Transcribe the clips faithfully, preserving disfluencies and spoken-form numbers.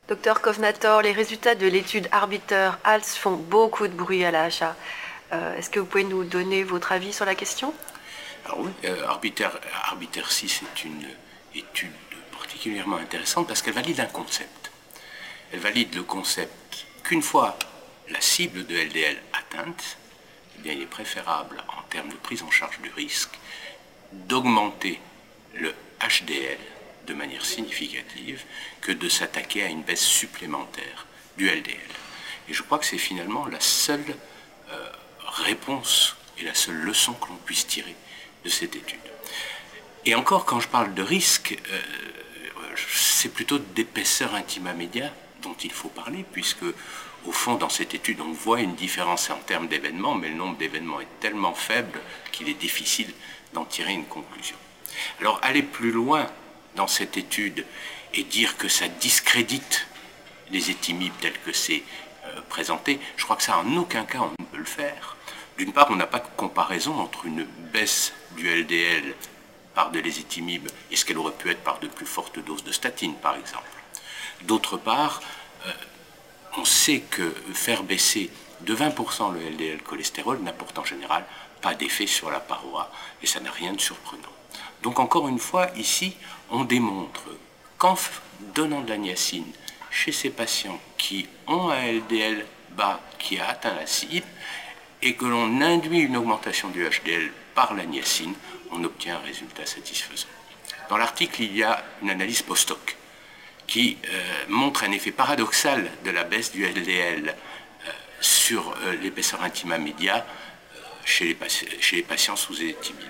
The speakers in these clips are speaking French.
Docteur Kovnator, les résultats de l'étude Arbiter-Hals font beaucoup de bruit à la H A. Euh, Est-ce que vous pouvez nous donner votre avis sur la question? Alors oui, euh, Arbiter, Arbiter six est une étude particulièrement intéressante parce qu'elle valide un concept. Elle valide le concept qu'une fois la cible de L D L atteinte, eh bien, il est préférable en termes de prise en charge du risque d'augmenter le H D L de manière significative que de s'attaquer à une baisse supplémentaire du L D L. Et je crois que c'est finalement la seule euh, réponse et la seule leçon que l'on puisse tirer de cette étude. Et encore, quand je parle de risque, euh, c'est plutôt d'épaisseur intima média dont il faut parler, puisque au fond, dans cette étude, on voit une différence en termes d'événements, mais le nombre d'événements est tellement faible qu'il est difficile d'en tirer une conclusion. Alors, aller plus loin dans cette étude et dire que ça discrédite les étimibes tels que c'est euh, présenté, je crois que ça, en aucun cas, on ne peut le faire. D'une part, on n'a pas de comparaison entre une baisse du L D L par de l'ésétimib et ce qu'elle aurait pu être par de plus fortes doses de statine, par exemple. D'autre part, euh, on sait que faire baisser de vingt pour cent le L D L cholestérol n'apporte en général pas d'effet sur la paroi, et ça n'a rien de surprenant. Donc encore une fois, ici, on démontre qu'en donnant de la niacine chez ces patients qui ont un L D L bas qui a atteint la cible, et que l'on induit une augmentation du H D L par la niacine, on obtient un résultat satisfaisant. Dans l'article, il y a une analyse post-hoc qui euh, montre un effet paradoxal de la baisse du L D L euh, sur euh, l'épaisseur intima média euh, chez, les chez les patients sous ézetimibe.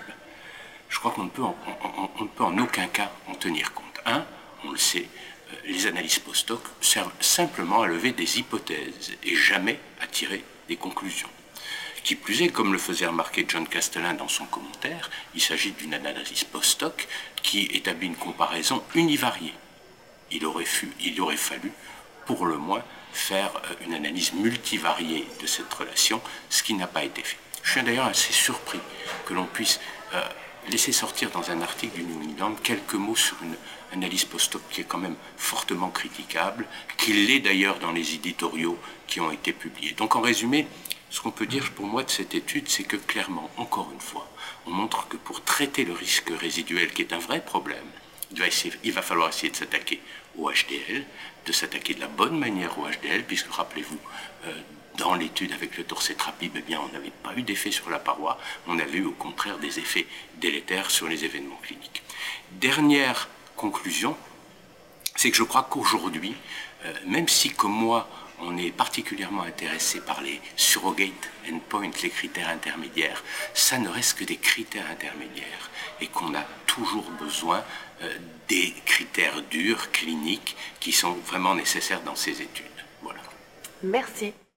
Je crois qu'on ne peut en, on, on, on ne peut en aucun cas en tenir compte. Un, on le sait, euh, les analyses post-hoc servent simplement à lever des hypothèses et jamais à tirer des conclusions. Qui plus est, comme le faisait remarquer John Castellin dans son commentaire, il s'agit d'une analyse post-hoc qui établit une comparaison univariée. Il aurait, fui, il aurait fallu, pour le moins, faire une analyse multivariée de cette relation, ce qui n'a pas été fait. Je suis d'ailleurs assez surpris que l'on puisse euh, laisser sortir dans un article du New England quelques mots sur une analyse post-hoc qui est quand même fortement critiquable, qui l'est d'ailleurs dans les éditoriaux qui ont été publiés. Donc en résumé, ce qu'on peut dire pour moi de cette étude, c'est que clairement, encore une fois, on montre que pour traiter le risque résiduel, qui est un vrai problème, il va, essayer, il va falloir essayer de s'attaquer au H D L, de s'attaquer de la bonne manière au H D L, puisque rappelez-vous, euh, dans l'étude avec le torcetrapib, eh bien, on n'avait pas eu d'effet sur la paroi, on avait eu au contraire des effets délétères sur les événements cliniques. Dernière conclusion, c'est que je crois qu'aujourd'hui, euh, même si comme moi, on est particulièrement intéressé par les surrogate endpoints, les critères intermédiaires, ça ne reste que des critères intermédiaires et qu'on a toujours besoin euh, des critères durs, cliniques, qui sont vraiment nécessaires dans ces études. Voilà. Merci.